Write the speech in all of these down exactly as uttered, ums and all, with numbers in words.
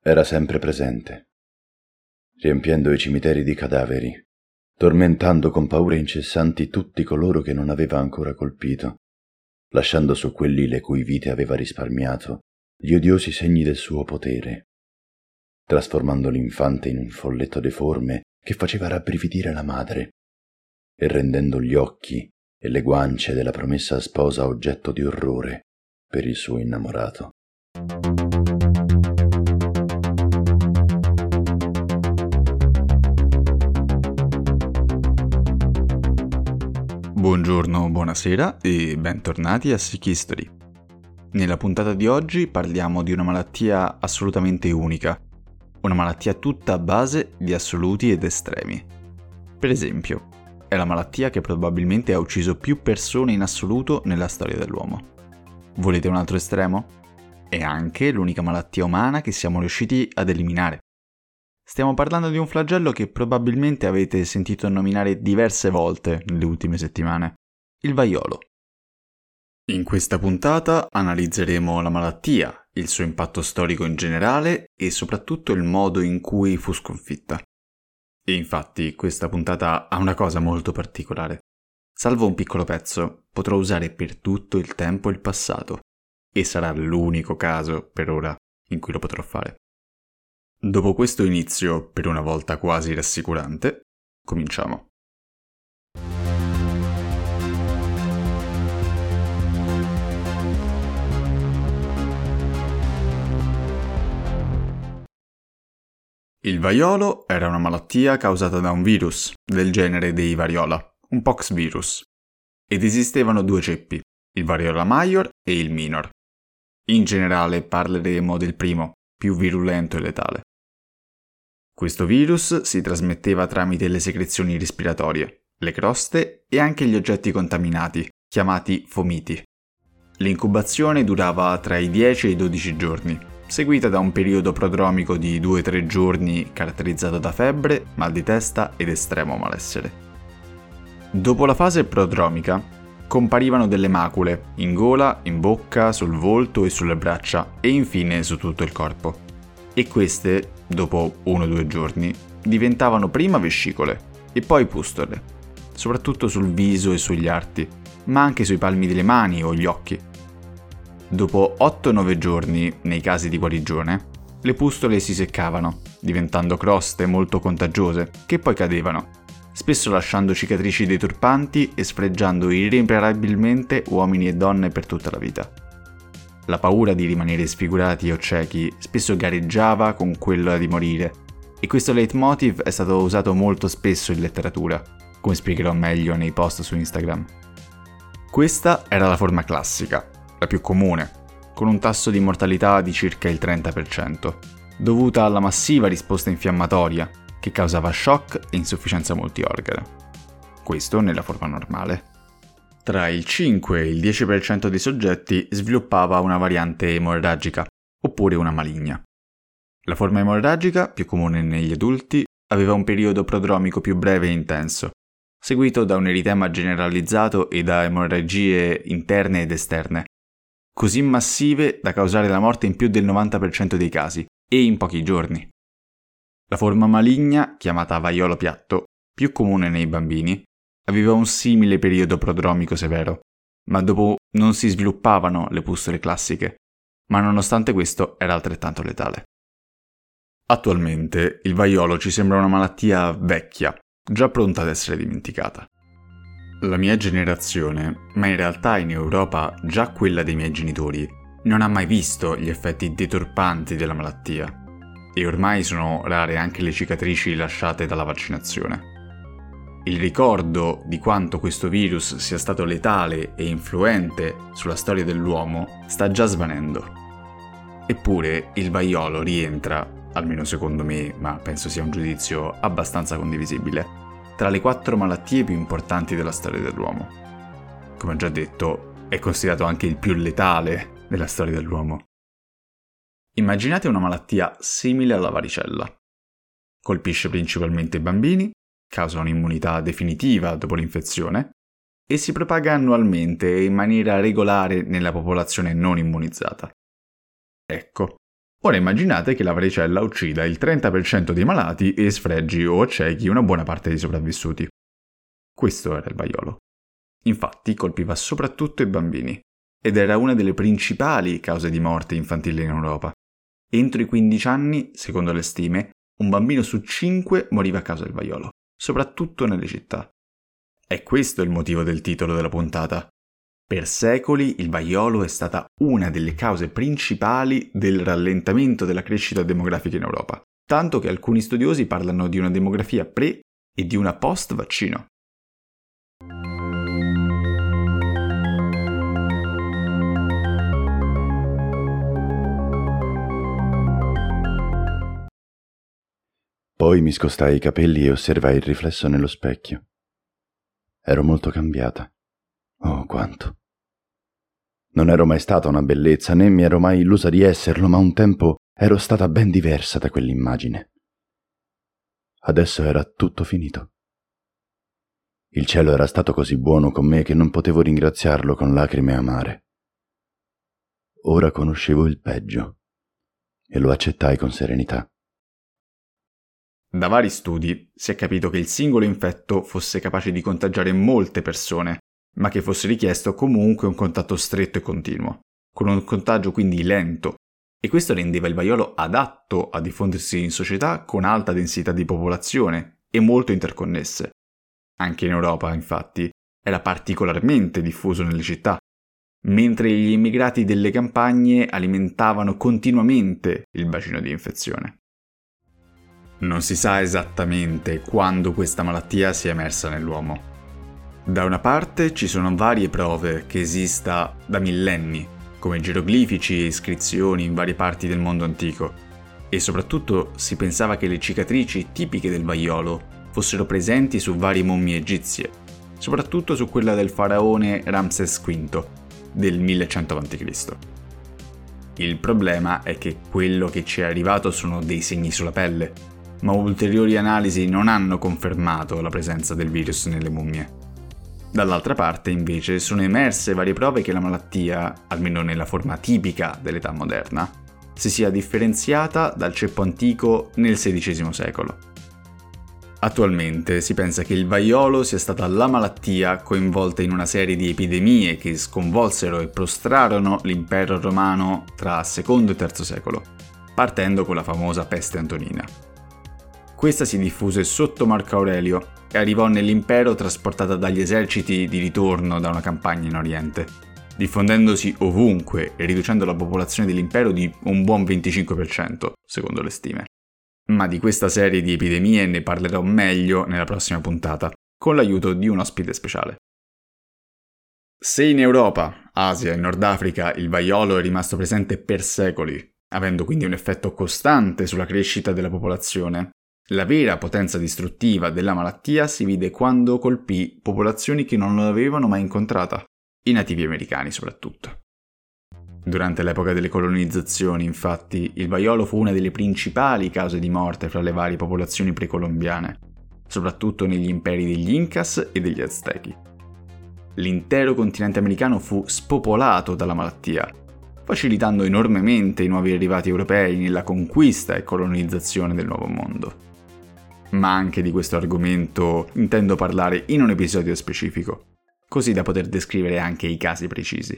era sempre presente, riempiendo i cimiteri di cadaveri, tormentando con paure incessanti tutti coloro che non aveva ancora colpito, lasciando su quelli le cui vite aveva risparmiato gli odiosi segni del suo potere, trasformando l'infante in un folletto deforme che faceva rabbrividire la madre e rendendo gli occhi e le guance della promessa sposa oggetto di orrore per il suo innamorato. Buongiorno, buonasera e bentornati a Sick History. Nella puntata di oggi parliamo di una malattia assolutamente unica, una malattia tutta a base di assoluti ed estremi. Per esempio, è la malattia che probabilmente ha ucciso più persone in assoluto nella storia dell'uomo. Volete un altro estremo? È anche l'unica malattia umana che siamo riusciti ad eliminare. Stiamo parlando di un flagello che probabilmente avete sentito nominare diverse volte nelle ultime settimane, il vaiolo. In questa puntata analizzeremo la malattia, il suo impatto storico in generale e soprattutto il modo in cui fu sconfitta. E infatti questa puntata ha una cosa molto particolare. Salvo un piccolo pezzo, potrò usare per tutto il tempo il passato, e sarà l'unico caso, per ora, in cui lo potrò fare. Dopo questo inizio, per una volta quasi rassicurante, cominciamo. Il vaiolo era una malattia causata da un virus del genere dei variola, un pox virus, ed esistevano due ceppi, il variola major e il minor. In generale parleremo del primo, più virulento e letale. Questo virus si trasmetteva tramite le secrezioni respiratorie, le croste e anche gli oggetti contaminati, chiamati fomiti. L'incubazione durava tra i dieci e i dodici giorni, seguita da un periodo prodromico di due tre giorni caratterizzato da febbre, mal di testa ed estremo malessere. Dopo la fase prodromica, comparivano delle macule in gola, in bocca, sul volto e sulle braccia e infine su tutto il corpo. E queste, dopo uno o due giorni, diventavano prima vescicole e poi pustole, soprattutto sul viso e sugli arti, ma anche sui palmi delle mani o gli occhi. Dopo otto nove giorni, nei casi di guarigione, le pustole si seccavano, diventando croste molto contagiose, che poi cadevano, spesso lasciando cicatrici deturpanti e sfregiando irreparabilmente uomini e donne per tutta la vita. La paura di rimanere sfigurati o ciechi spesso gareggiava con quella di morire, e questo leitmotiv è stato usato molto spesso in letteratura, come spiegherò meglio nei post su Instagram. Questa era la forma classica, la più comune, con un tasso di mortalità di circa il trenta per cento, dovuta alla massiva risposta infiammatoria che causava shock e insufficienza multiorgano. Questo nella forma normale. Tra il cinque e il dieci per cento dei soggetti sviluppava una variante emorragica, oppure una maligna. La forma emorragica, più comune negli adulti, aveva un periodo prodromico più breve e intenso, seguito da un eritema generalizzato e da emorragie interne ed esterne, così massive da causare la morte in più del novanta per cento dei casi, e in pochi giorni. La forma maligna, chiamata vaiolo piatto, più comune nei bambini, aveva un simile periodo prodromico severo, ma dopo non si sviluppavano le pustole classiche, ma nonostante questo era altrettanto letale. Attualmente il vaiolo ci sembra una malattia vecchia, già pronta ad essere dimenticata. La mia generazione, ma in realtà in Europa già quella dei miei genitori, non ha mai visto gli effetti deturpanti della malattia, e ormai sono rare anche le cicatrici lasciate dalla vaccinazione. Il ricordo di quanto questo virus sia stato letale e influente sulla storia dell'uomo sta già svanendo. Eppure il vaiolo rientra, almeno secondo me, ma penso sia un giudizio abbastanza condivisibile, tra le quattro malattie più importanti della storia dell'uomo. Come ho già detto, è considerato anche il più letale della storia dell'uomo. Immaginate una malattia simile alla varicella. Colpisce principalmente i bambini, causa un'immunità definitiva dopo l'infezione e si propaga annualmente e in maniera regolare nella popolazione non immunizzata. Ecco, Ora immaginate che la varicella uccida il trenta per cento dei malati e sfregi o accechi una buona parte dei sopravvissuti. Questo era il vaiolo. Infatti colpiva soprattutto i bambini ed era una delle principali cause di morte infantile in Europa. Entro i quindici anni, secondo le stime, un bambino su cinque moriva a causa del vaiolo, soprattutto nelle città. È questo il motivo del titolo della puntata. Per secoli il vaiolo è stata una delle cause principali del rallentamento della crescita demografica in Europa, tanto che alcuni studiosi parlano di una demografia pre e di una post vaccino. Poi mi scostai i capelli e osservai il riflesso nello specchio. Ero molto cambiata. Oh, quanto! Non ero mai stata una bellezza, né mi ero mai illusa di esserlo, ma un tempo ero stata ben diversa da quell'immagine. Adesso era tutto finito. Il cielo era stato così buono con me che non potevo ringraziarlo con lacrime amare. Ora conoscevo il peggio e lo accettai con serenità. Da vari studi si è capito che il singolo infetto fosse capace di contagiare molte persone, ma che fosse richiesto comunque un contatto stretto e continuo, con un contagio quindi lento, e questo rendeva il vaiolo adatto a diffondersi in società con alta densità di popolazione e molto interconnesse. Anche in Europa, infatti, era particolarmente diffuso nelle città, mentre gli immigrati delle campagne alimentavano continuamente il bacino di infezione. Non si sa esattamente quando questa malattia sia emersa nell'uomo. Da una parte ci sono varie prove che esista da millenni, come geroglifici e iscrizioni in varie parti del mondo antico, e soprattutto si pensava che le cicatrici tipiche del vaiolo fossero presenti su varie mummie egizie, soprattutto su quella del faraone Ramses quinto del millecento avanti Cristo Il problema è che quello che ci è arrivato sono dei segni sulla pelle, ma ulteriori analisi non hanno confermato la presenza del virus nelle mummie. Dall'altra parte, invece, sono emerse varie prove che la malattia, almeno nella forma tipica dell'età moderna, si sia differenziata dal ceppo antico nel sedicesimo secolo. Attualmente si pensa che il vaiolo sia stata la malattia coinvolta in una serie di epidemie che sconvolsero e prostrarono l'impero romano tra secondo e terzo secolo, partendo con la famosa peste antonina. Questa si diffuse sotto Marco Aurelio e arrivò nell'impero trasportata dagli eserciti di ritorno da una campagna in Oriente, diffondendosi ovunque e riducendo la popolazione dell'impero di un buon venticinque per cento, secondo le stime. Ma di questa serie di epidemie ne parlerò meglio nella prossima puntata, con l'aiuto di un ospite speciale. Se in Europa, Asia e Nord Africa il vaiolo è rimasto presente per secoli, avendo quindi un effetto costante sulla crescita della popolazione, la vera potenza distruttiva della malattia si vide quando colpì popolazioni che non l'avevano mai incontrata, i nativi americani soprattutto. Durante l'epoca delle colonizzazioni, infatti, il vaiolo fu una delle principali cause di morte fra le varie popolazioni precolombiane, soprattutto negli imperi degli Incas e degli Aztechi. L'intero continente americano fu spopolato dalla malattia, facilitando enormemente i nuovi arrivati europei nella conquista e colonizzazione del Nuovo Mondo. Ma anche di questo argomento intendo parlare in un episodio specifico, così da poter descrivere anche i casi precisi.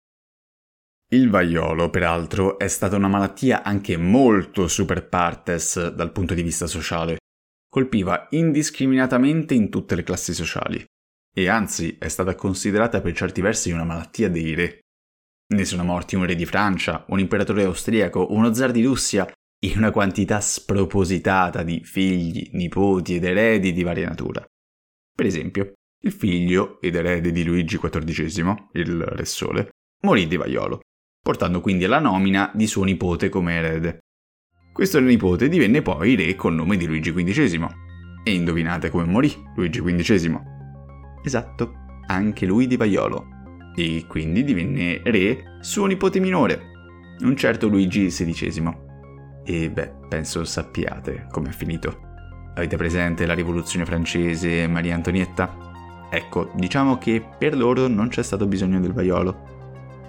Il vaiolo, peraltro, è stata una malattia anche molto super partes dal punto di vista sociale. Colpiva indiscriminatamente in tutte le classi sociali, e anzi è stata considerata per certi versi una malattia dei re. Ne sono morti un re di Francia, un imperatore austriaco, uno zar di Russia e una quantità spropositata di figli, nipoti ed eredi di varia natura. Per esempio, il figlio ed erede di Luigi quattordicesimo, il Re Sole, morì di vaiolo, portando quindi alla nomina di suo nipote come erede. Questo nipote divenne poi re col nome di Luigi quindicesimo. E indovinate come morì Luigi quindicesimo? Esatto, anche lui di vaiolo. E quindi divenne re suo nipote minore, un certo Luigi sedicesimo. E beh, penso sappiate com'è finito. Avete presente la rivoluzione francese e Maria Antonietta? Ecco, diciamo che per loro non c'è stato bisogno del vaiolo.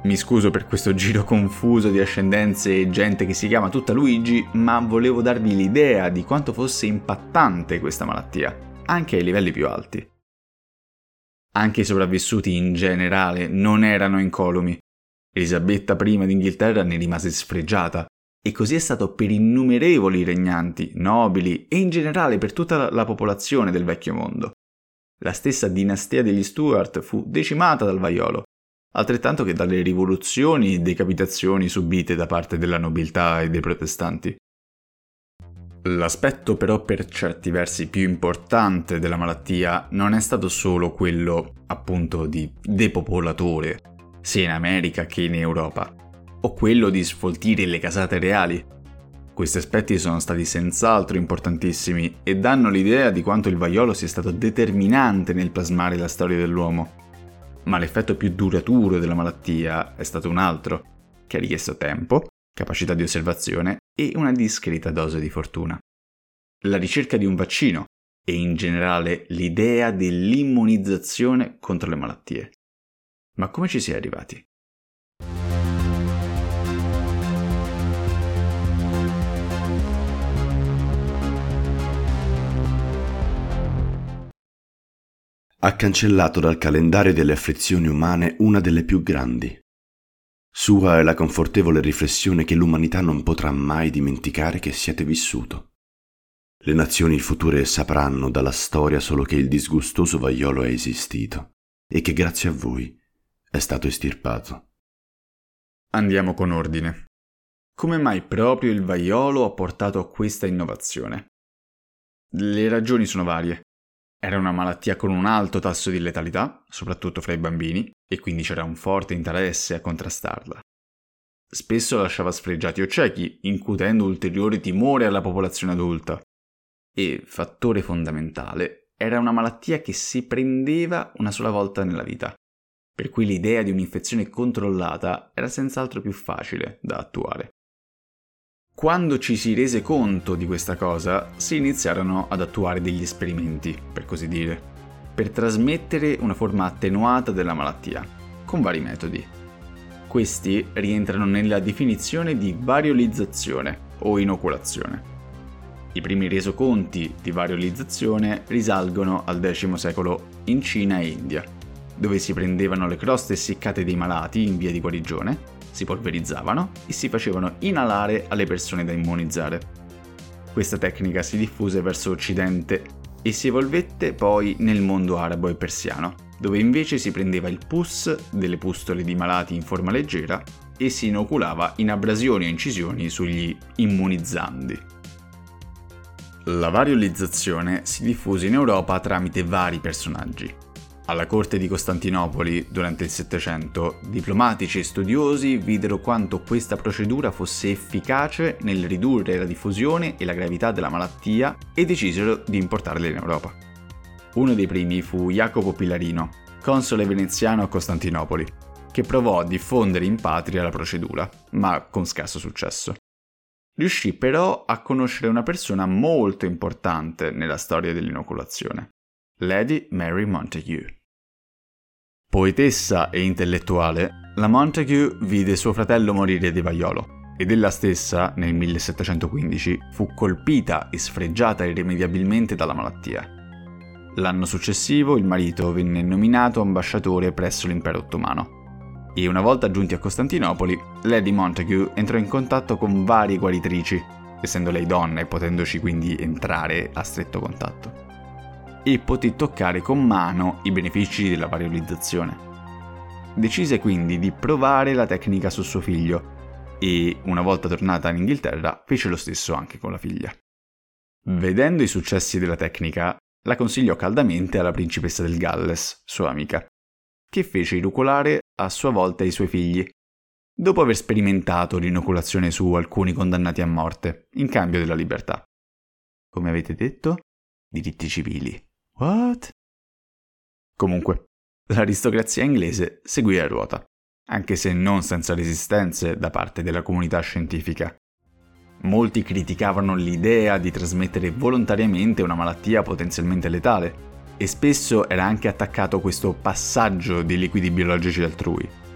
Mi scuso per questo giro confuso di ascendenze e gente che si chiama tutta Luigi, ma volevo darvi l'idea di quanto fosse impattante questa malattia, anche ai livelli più alti. Anche i sopravvissuti in generale non erano incolumi. Elisabetta I d'Inghilterra ne rimase sfregiata, e così è stato per innumerevoli regnanti, nobili e in generale per tutta la popolazione del vecchio mondo. La stessa dinastia degli Stuart fu decimata dal vaiolo, altrettanto che dalle rivoluzioni e decapitazioni subite da parte della nobiltà e dei protestanti. L'aspetto però per certi versi più importante della malattia non è stato solo quello, appunto, di depopolatore, sia in America che in Europa, o quello di sfoltire le casate reali. Questi aspetti sono stati senz'altro importantissimi e danno l'idea di quanto il vaiolo sia stato determinante nel plasmare la storia dell'uomo. Ma l'effetto più duraturo della malattia è stato un altro, che ha richiesto tempo, capacità di osservazione e una discreta dose di fortuna. La ricerca di un vaccino e in generale l'idea dell'immunizzazione contro le malattie. Ma come ci si è arrivati? Ha cancellato dal calendario delle afflizioni umane una delle più grandi. Sua è la confortevole riflessione che l'umanità non potrà mai dimenticare che siete vissuto. Le nazioni future sapranno dalla storia solo che il disgustoso vaiolo è esistito e che grazie a voi è stato estirpato. Andiamo con ordine. Come mai proprio il vaiolo ha portato a questa innovazione? Le ragioni sono varie. Era una malattia con un alto tasso di letalità, soprattutto fra i bambini, e quindi c'era un forte interesse a contrastarla. Spesso lasciava sfregiati o ciechi, incutendo ulteriore timore alla popolazione adulta. E, fattore fondamentale, era una malattia che si prendeva una sola volta nella vita, per cui l'idea di un'infezione controllata era senz'altro più facile da attuare. Quando ci si rese conto di questa cosa, si iniziarono ad attuare degli esperimenti, per così dire, per trasmettere una forma attenuata della malattia, con vari metodi. Questi rientrano nella definizione di variolizzazione o inoculazione. I primi resoconti di variolizzazione risalgono al X secolo in Cina e India, dove si prendevano le croste essiccate dei malati in via di guarigione, si polverizzavano e si facevano inalare alle persone da immunizzare. Questa tecnica si diffuse verso Occidente e si evolvette poi nel mondo arabo e persiano, dove invece si prendeva il pus delle pustole di malati in forma leggera e si inoculava in abrasioni o incisioni sugli immunizzandi. La variolizzazione si diffuse in Europa tramite vari personaggi. Alla corte di Costantinopoli, durante il Settecento, diplomatici e studiosi videro quanto questa procedura fosse efficace nel ridurre la diffusione e la gravità della malattia e decisero di importarla in Europa. Uno dei primi fu Jacopo Pilarino, console veneziano a Costantinopoli, che provò a diffondere in patria la procedura, ma con scarso successo. Riuscì però a conoscere una persona molto importante nella storia dell'inoculazione, Lady Mary Montagu. Poetessa e intellettuale, la Montagu vide suo fratello morire di vaiolo ed ella stessa, nel millesettecentoquindici, fu colpita e sfregiata irrimediabilmente dalla malattia. L'anno successivo il marito venne nominato ambasciatore presso l'impero ottomano e una volta giunti a Costantinopoli, Lady Montagu entrò in contatto con varie guaritrici, essendo lei donna e potendoci quindi entrare a stretto contatto, e poté toccare con mano i benefici della variolizzazione. Decise quindi di provare la tecnica su suo figlio e, una volta tornata in Inghilterra, fece lo stesso anche con la figlia. Vedendo i successi della tecnica, la consigliò caldamente alla principessa del Galles, sua amica, che fece inoculare a sua volta i suoi figli, dopo aver sperimentato l'inoculazione su alcuni condannati a morte, in cambio della libertà. Come avete detto? Diritti civili. What? Comunque, l'aristocrazia inglese seguì a ruota, anche se non senza resistenze da parte della comunità scientifica. Molti criticavano l'idea di trasmettere volontariamente una malattia potenzialmente letale, e spesso era anche attaccato questo passaggio di liquidi biologici altrui,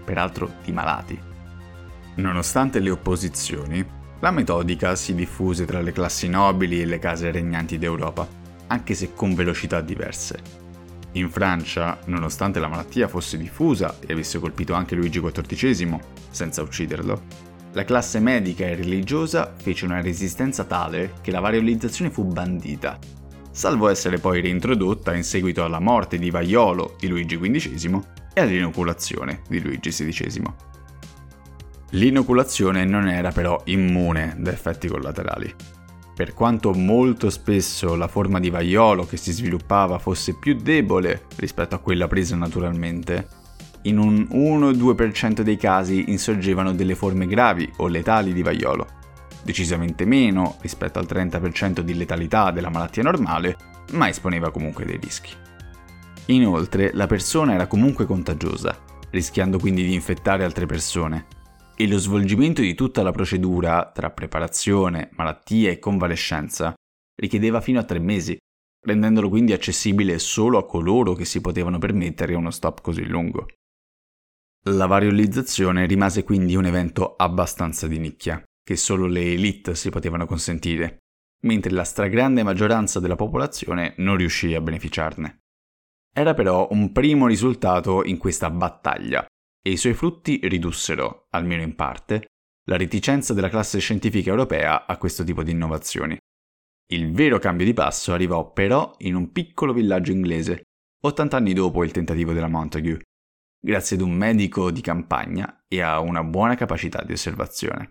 peraltro di malati. Nonostante le opposizioni, la metodica si diffuse tra le classi nobili e le case regnanti d'Europa, anche se con velocità diverse. In Francia, nonostante la malattia fosse diffusa e avesse colpito anche Luigi quattordicesimo, senza ucciderlo, la classe medica e religiosa fece una resistenza tale che la variolizzazione fu bandita, salvo essere poi reintrodotta in seguito alla morte di Vaiolo di Luigi quindicesimo e all'inoculazione di Luigi sedicesimo. L'inoculazione non era però immune da effetti collaterali. Per quanto molto spesso la forma di vaiolo che si sviluppava fosse più debole rispetto a quella presa naturalmente, in un uno due per cento dei casi insorgevano delle forme gravi o letali di vaiolo, decisamente meno rispetto al trenta per cento di letalità della malattia normale, ma esponeva comunque dei rischi. Inoltre, la persona era comunque contagiosa, rischiando quindi di infettare altre persone, e lo svolgimento di tutta la procedura, tra preparazione, malattia e convalescenza, richiedeva fino a tre mesi, rendendolo quindi accessibile solo a coloro che si potevano permettere uno stop così lungo. La variolizzazione rimase quindi un evento abbastanza di nicchia, che solo le elite si potevano consentire, mentre la stragrande maggioranza della popolazione non riuscì a beneficiarne. Era però un primo risultato in questa battaglia, e i suoi frutti ridussero, almeno in parte, la reticenza della classe scientifica europea a questo tipo di innovazioni. Il vero cambio di passo arrivò però in un piccolo villaggio inglese, ottanta anni dopo il tentativo della Montagu, grazie ad un medico di campagna e a una buona capacità di osservazione.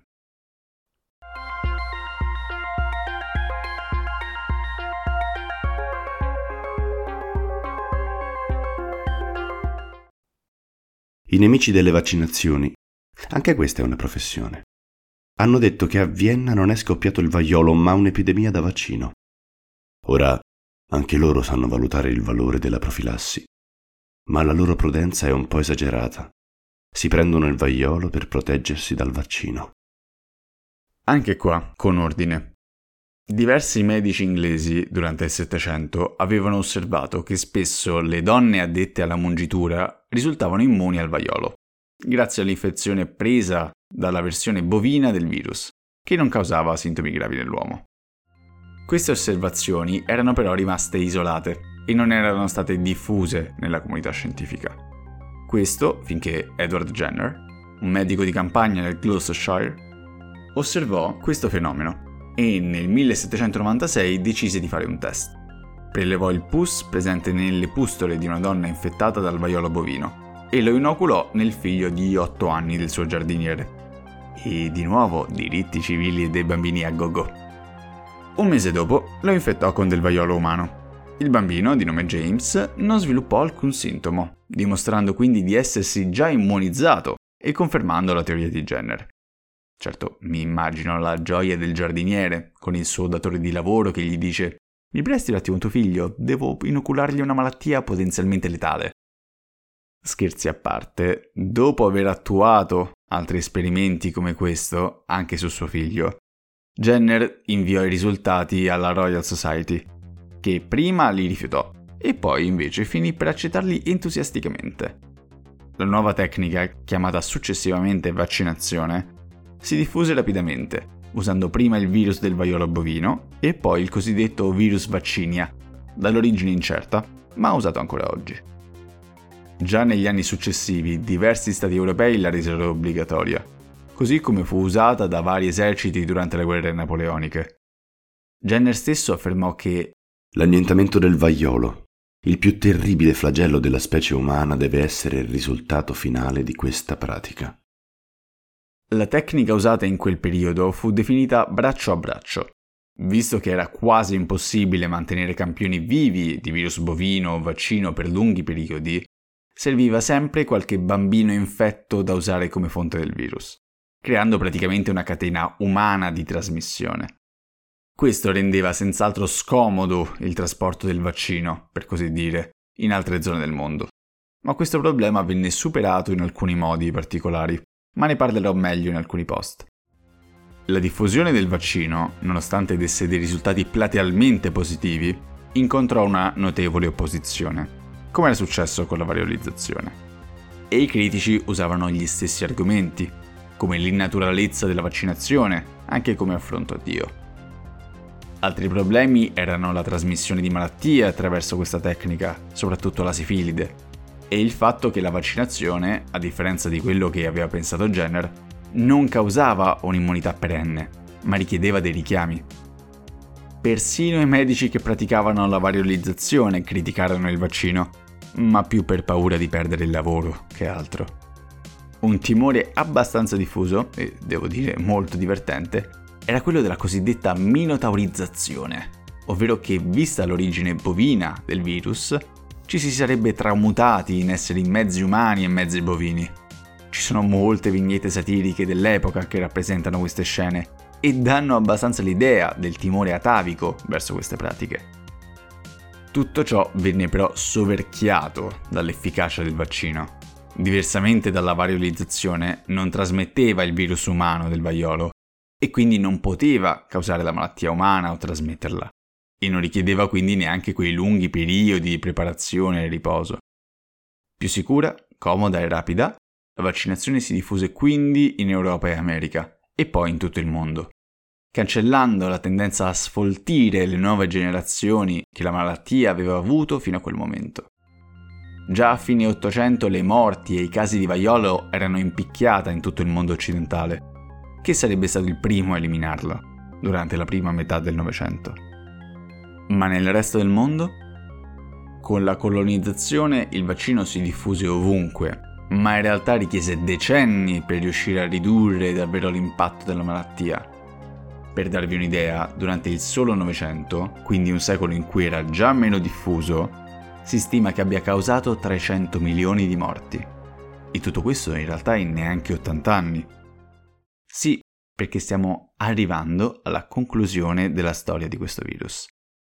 I nemici delle vaccinazioni, anche questa è una professione, hanno detto che a Vienna non è scoppiato il vaiolo ma un'epidemia da vaccino. Ora, anche loro sanno valutare il valore della profilassi, ma la loro prudenza è un po' esagerata. Si prendono il vaiolo per proteggersi dal vaccino. Anche qua, con ordine. Diversi medici inglesi durante il Settecento avevano osservato che spesso le donne addette alla mungitura risultavano immuni al vaiolo, grazie all'infezione presa dalla versione bovina del virus, che non causava sintomi gravi nell'uomo. Queste osservazioni erano però rimaste isolate e non erano state diffuse nella comunità scientifica. Questo finché Edward Jenner, un medico di campagna nel Gloucestershire, osservò questo fenomeno e nel millesettecentonovantasei decise di fare un test. Prelevò il pus presente nelle pustole di una donna infettata dal vaiolo bovino e lo inoculò nel figlio di otto anni del suo giardiniere. E di nuovo diritti civili e dei bambini a go-go. Un mese dopo lo infettò con del vaiolo umano. Il bambino, di nome James, non sviluppò alcun sintomo, dimostrando quindi di essersi già immunizzato e confermando la teoria di Jenner. Certo, mi immagino la gioia del giardiniere, con il suo datore di lavoro che gli dice «Mi presti un attimo tuo figlio? Devo inoculargli una malattia potenzialmente letale». Scherzi a parte, dopo aver attuato altri esperimenti come questo, anche su suo figlio, Jenner inviò i risultati alla Royal Society, che prima li rifiutò e poi invece finì per accettarli entusiasticamente. La nuova tecnica, chiamata successivamente vaccinazione, si diffuse rapidamente, usando prima il virus del vaiolo bovino e poi il cosiddetto virus vaccinia, dall'origine incerta, ma usato ancora oggi. Già negli anni successivi diversi stati europei la resero obbligatoria, così come fu usata da vari eserciti durante le guerre napoleoniche. Jenner stesso affermò che l'annientamento del vaiolo, il più terribile flagello della specie umana, deve essere il risultato finale di questa pratica. La tecnica usata in quel periodo fu definita braccio a braccio. Visto che era quasi impossibile mantenere campioni vivi di virus bovino o vaccino per lunghi periodi, serviva sempre qualche bambino infetto da usare come fonte del virus, creando praticamente una catena umana di trasmissione. Questo rendeva senz'altro scomodo il trasporto del vaccino, per così dire, in altre zone del mondo. Ma questo problema venne superato in alcuni modi particolari, ma ne parlerò meglio in alcuni post. La diffusione del vaccino, nonostante desse dei risultati platealmente positivi, incontrò una notevole opposizione, come era successo con la variolizzazione. e i critici usavano gli stessi argomenti, come l'innaturalezza della vaccinazione, anche come affronto a Dio. Altri problemi erano la trasmissione di malattie attraverso questa tecnica, soprattutto la sifilide, e il fatto che la vaccinazione, a differenza di quello che aveva pensato Jenner, non causava un'immunità perenne, ma richiedeva dei richiami. Persino i medici che praticavano la variolizzazione criticarono il vaccino, ma più per paura di perdere il lavoro che altro. Un timore abbastanza diffuso, e devo dire molto divertente, era quello della cosiddetta minotaurizzazione, ovvero che, vista l'origine bovina del virus, ci si sarebbe tramutati in esseri mezzi umani e mezzi bovini. Ci sono molte vignette satiriche dell'epoca che rappresentano queste scene e danno abbastanza l'idea del timore atavico verso queste pratiche. Tutto ciò venne però soverchiato dall'efficacia del vaccino. Diversamente dalla variolizzazione, non trasmetteva il virus umano del vaiolo e quindi non poteva causare la malattia umana o trasmetterla, e non richiedeva quindi neanche quei lunghi periodi di preparazione e riposo. Più sicura, comoda e rapida, la vaccinazione si diffuse quindi in Europa e America, e poi in tutto il mondo, cancellando la tendenza a sfoltire le nuove generazioni che la malattia aveva avuto fino a quel momento. Già a fine Ottocento le morti e i casi di vaiolo erano in picchiata in tutto il mondo occidentale, che sarebbe stato il primo a eliminarla durante la prima metà del Novecento. Ma nel resto del mondo? Con la colonizzazione il vaccino si diffuse ovunque, ma in realtà richiese decenni per riuscire a ridurre davvero l'impatto della malattia. Per darvi un'idea, durante il solo Novecento, quindi un secolo in cui era già meno diffuso, si stima che abbia causato trecento milioni di morti. E tutto questo in realtà in neanche ottanta anni. Sì, perché stiamo arrivando alla conclusione della storia di questo virus.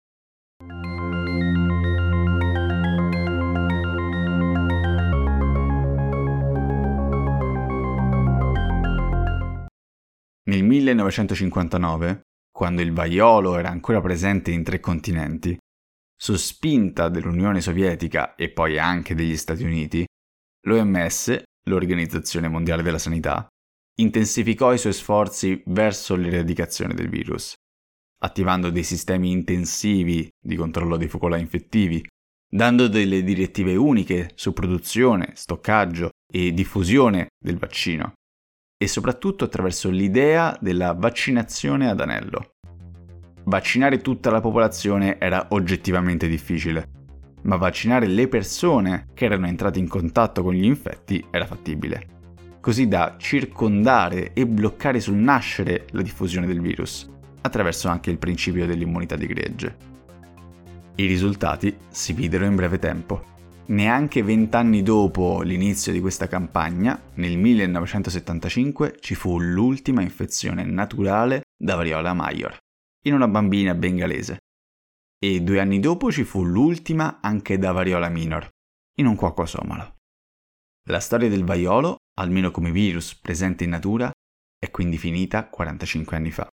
Nel millenovecentocinquantanove, quando il vaiolo era ancora presente in tre continenti, su spinta dell'Unione Sovietica e poi anche degli Stati Uniti, l'O M S, l'Organizzazione Mondiale della Sanità, intensificò i suoi sforzi verso l'eradicazione del virus, attivando dei sistemi intensivi di controllo dei focolai infettivi, dando delle direttive uniche su produzione, stoccaggio e diffusione del vaccino, e soprattutto attraverso l'idea della vaccinazione ad anello. Vaccinare tutta la popolazione era oggettivamente difficile, ma vaccinare le persone che erano entrate in contatto con gli infetti era fattibile, così da circondare e bloccare sul nascere la diffusione del virus, attraverso anche il principio dell'immunità di gregge. I risultati si videro in breve tempo. Neanche vent'anni dopo l'inizio di questa campagna, nel millenovecentosettantacinque, ci fu l'ultima infezione naturale da variola Major, in una bambina bengalese. E due anni dopo ci fu l'ultima anche da variola minor, in un cuoco somalo. La storia del vaiolo, almeno come virus presente in natura, è quindi finita quarantacinque anni fa.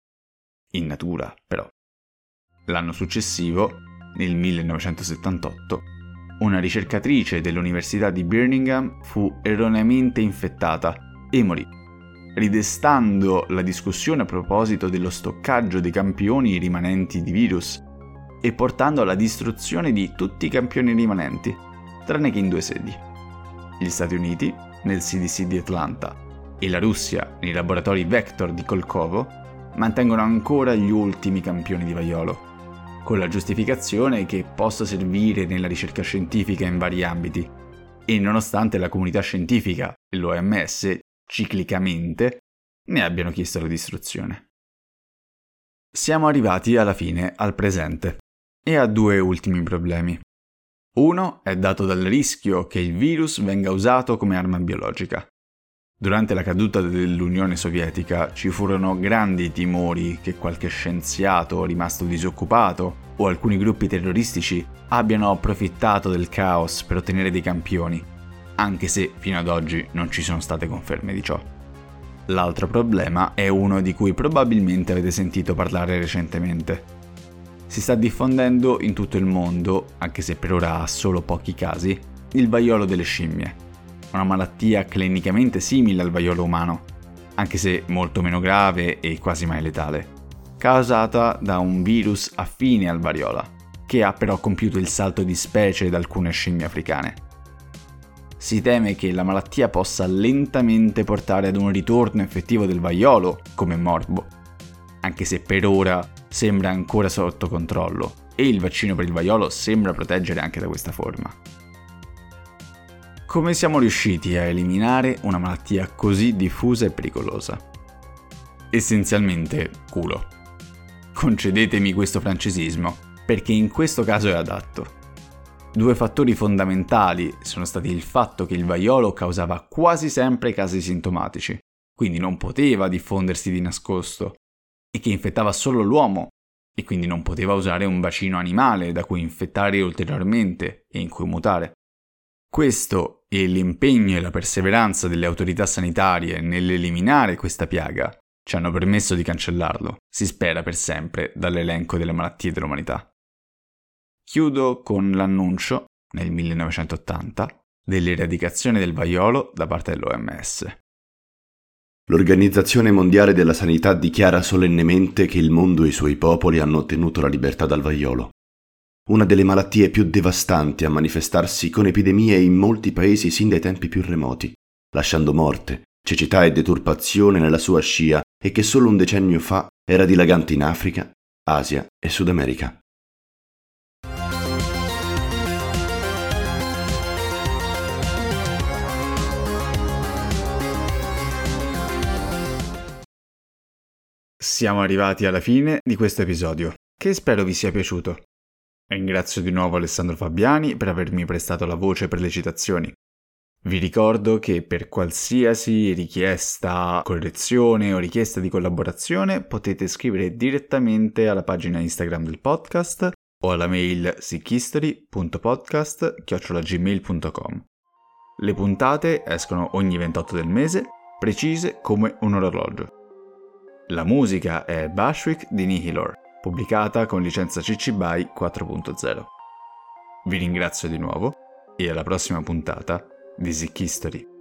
In natura, però. L'anno successivo, nel millenovecentosettantotto, una ricercatrice dell'Università di Birmingham fu erroneamente infettata e morì, ridestando la discussione a proposito dello stoccaggio dei campioni rimanenti di virus e portando alla distruzione di tutti i campioni rimanenti, tranne che in due sedi. Gli Stati Uniti, nel C D C di Atlanta, e la Russia, nei laboratori Vector di Kolkovo, mantengono ancora gli ultimi campioni di vaiolo, con la giustificazione che possa servire nella ricerca scientifica in vari ambiti, e nonostante la comunità scientifica e l'O M S ciclicamente ne abbiano chiesto la distruzione. Siamo arrivati alla fine, al presente, e a due ultimi problemi. Uno è dato dal rischio che il virus venga usato come arma biologica. Durante la caduta dell'Unione Sovietica ci furono grandi timori che qualche scienziato rimasto disoccupato o alcuni gruppi terroristici abbiano approfittato del caos per ottenere dei campioni, anche se fino ad oggi non ci sono state conferme di ciò. L'altro problema è uno di cui probabilmente avete sentito parlare recentemente. Si sta diffondendo in tutto il mondo, anche se per ora ha solo pochi casi, il vaiolo delle scimmie. una malattia clinicamente simile al vaiolo umano, anche se molto meno grave e quasi mai letale, causata da un virus affine al variola, che ha però compiuto il salto di specie da alcune scimmie africane. Si teme che la malattia possa lentamente portare ad un ritorno effettivo del vaiolo come morbo, anche se per ora sembra ancora sotto controllo e il vaccino per il vaiolo sembra proteggere anche da questa forma. Come siamo riusciti a eliminare una malattia così diffusa e pericolosa? Essenzialmente culo. Concedetemi questo francesismo, perché in questo caso è adatto. Due fattori fondamentali sono stati il fatto che il vaiolo causava quasi sempre casi sintomatici, quindi non poteva diffondersi di nascosto, e che infettava solo l'uomo, e quindi non poteva usare un bacino animale da cui infettare ulteriormente e in cui mutare. Questo e l'impegno e la perseveranza delle autorità sanitarie nell'eliminare questa piaga ci hanno permesso di cancellarlo, si spera per sempre, dall'elenco delle malattie dell'umanità. Chiudo con l'annuncio, nel millenovecentottanta, dell'eradicazione del vaiolo da parte dell'O M S. L'Organizzazione Mondiale della Sanità dichiara solennemente che il mondo e i suoi popoli hanno ottenuto la libertà dal vaiolo. Una delle malattie più devastanti a manifestarsi con epidemie in molti paesi sin dai tempi più remoti, lasciando morte, cecità e deturpazione nella sua scia e che solo un decennio fa era dilagante in Africa, Asia e Sud America. Siamo arrivati alla fine di questo episodio, che spero vi sia piaciuto. Ringrazio di nuovo Alessandro Fabiani per avermi prestato la voce per le citazioni. Vi ricordo che per qualsiasi richiesta, correzione o richiesta di collaborazione potete scrivere direttamente alla pagina Instagram del podcast o alla mail sickhistory punto podcast chiocciola gmail punto com. Le puntate escono ogni ventotto del mese, precise come un orologio. La musica è Bushwick di Nihilor, pubblicata con licenza C C B Y quattro punto zero. Vi ringrazio di nuovo e alla prossima puntata di Sick History.